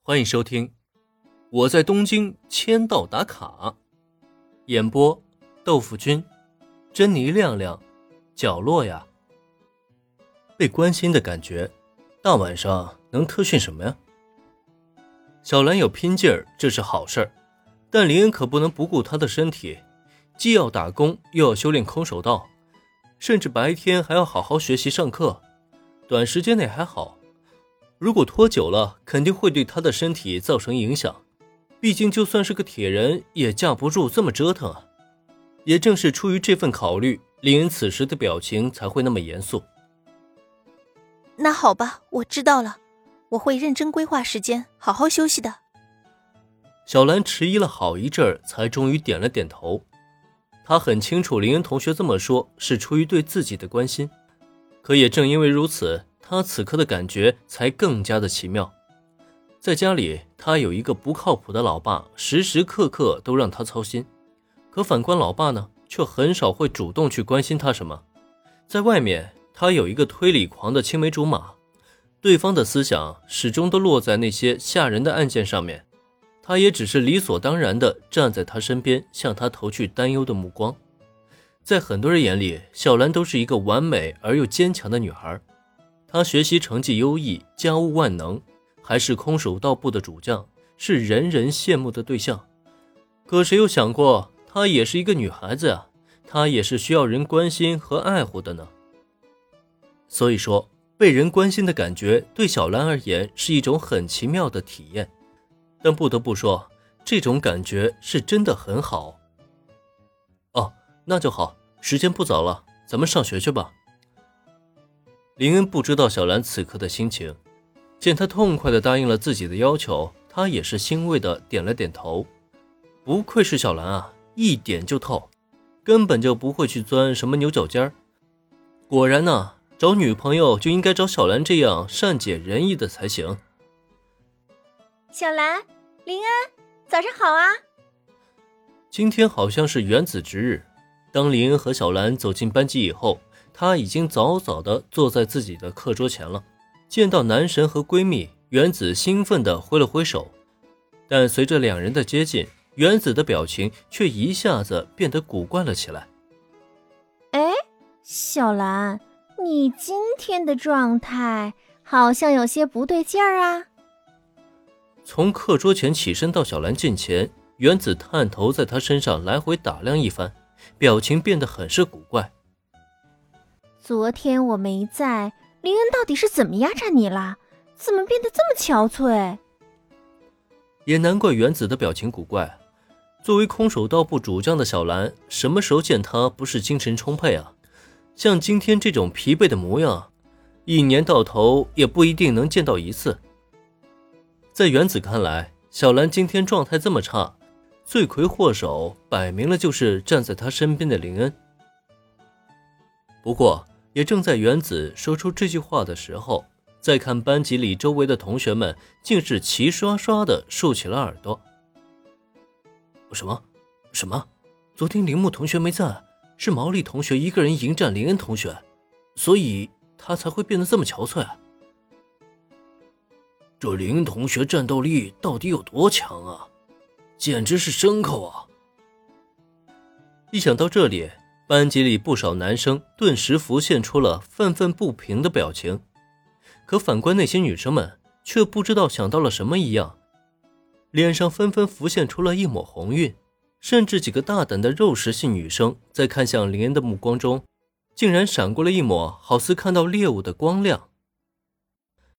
欢迎收听我在东京签到打卡，演播豆腐君、珍妮亮亮、角落呀。被关心的感觉，大晚上能特训什么呀？小兰有拼劲儿，这是好事儿，但林恩可不能不顾她的身体，既要打工又要修炼空手道，甚至白天还要好好学习上课。短时间内还好，如果拖久了，肯定会对他的身体造成影响。毕竟就算是个铁人，也架不住这么折腾啊。也正是出于这份考虑，林恩此时的表情才会那么严肃。 那好吧，我知道了，我会认真规划时间，好好休息的。 小兰迟疑了好一阵儿，才终于点了点头。她很清楚林恩同学这么说是出于对自己的关心，可也正因为如此，他此刻的感觉才更加的奇妙。在家里，他有一个不靠谱的老爸，时时刻刻都让他操心。可反观老爸呢，却很少会主动去关心他什么。在外面，他有一个推理狂的青梅竹马，对方的思想始终都落在那些吓人的案件上面，他也只是理所当然地站在他身边，向他投去担忧的目光。在很多人眼里，小兰都是一个完美而又坚强的女孩。她学习成绩优异，家务万能，还是空手道部的主将，是人人羡慕的对象。可谁有想过，她也是一个女孩子啊，她也是需要人关心和爱护的呢。所以说，被人关心的感觉对小兰而言是一种很奇妙的体验。但不得不说，这种感觉是真的很好。哦，那就好，时间不早了，咱们上学去吧。林恩不知道小兰此刻的心情，见她痛快地答应了自己的要求，他也是欣慰地点了点头。不愧是小兰啊，一点就透，根本就不会去钻什么牛角尖儿。果然呢，找女朋友就应该找小兰这样善解人意的才行。 小兰，林恩，早上好啊。 今天好像是原子值日，当林恩和小兰走进班级以后，她已经早早地坐在自己的课桌前了。见到男神和闺蜜，原子兴奋地挥了挥手，但随着两人的接近，原子的表情却一下子变得古怪了起来。 哎，小兰，你今天的状态好像有些不对劲儿啊。 从课桌前起身到小兰近前，原子探头在她身上来回打量一番，表情变得很是古怪。 昨天我没在，林恩到底是怎么压榨你了？怎么变得这么憔悴？ 也难怪原子的表情古怪。作为空手道部主将的小兰，什么时候见她不是精神充沛啊？像今天这种疲惫的模样，一年到头也不一定能见到一次。在原子看来，小兰今天状态这么差，罪魁祸首摆明了就是站在她身边的林恩。不过也正在原子说出这句话的时候，再看班级里周围的同学们竟是齐刷刷地竖起了耳朵。什么？昨天铃木同学没在，是毛利同学一个人迎战林恩同学，所以他才会变得这么憔悴啊。这林恩同学战斗力到底有多强啊，简直是牲口啊。一想到这里，班级里不少男生顿时浮现出了愤愤不平的表情，可反观那些女生们却不知道想到了什么一样，脸上纷纷浮现出了一抹红晕，甚至几个大胆的肉食系女生在看向林恩的目光中，竟然闪过了一抹好似看到猎物的光亮。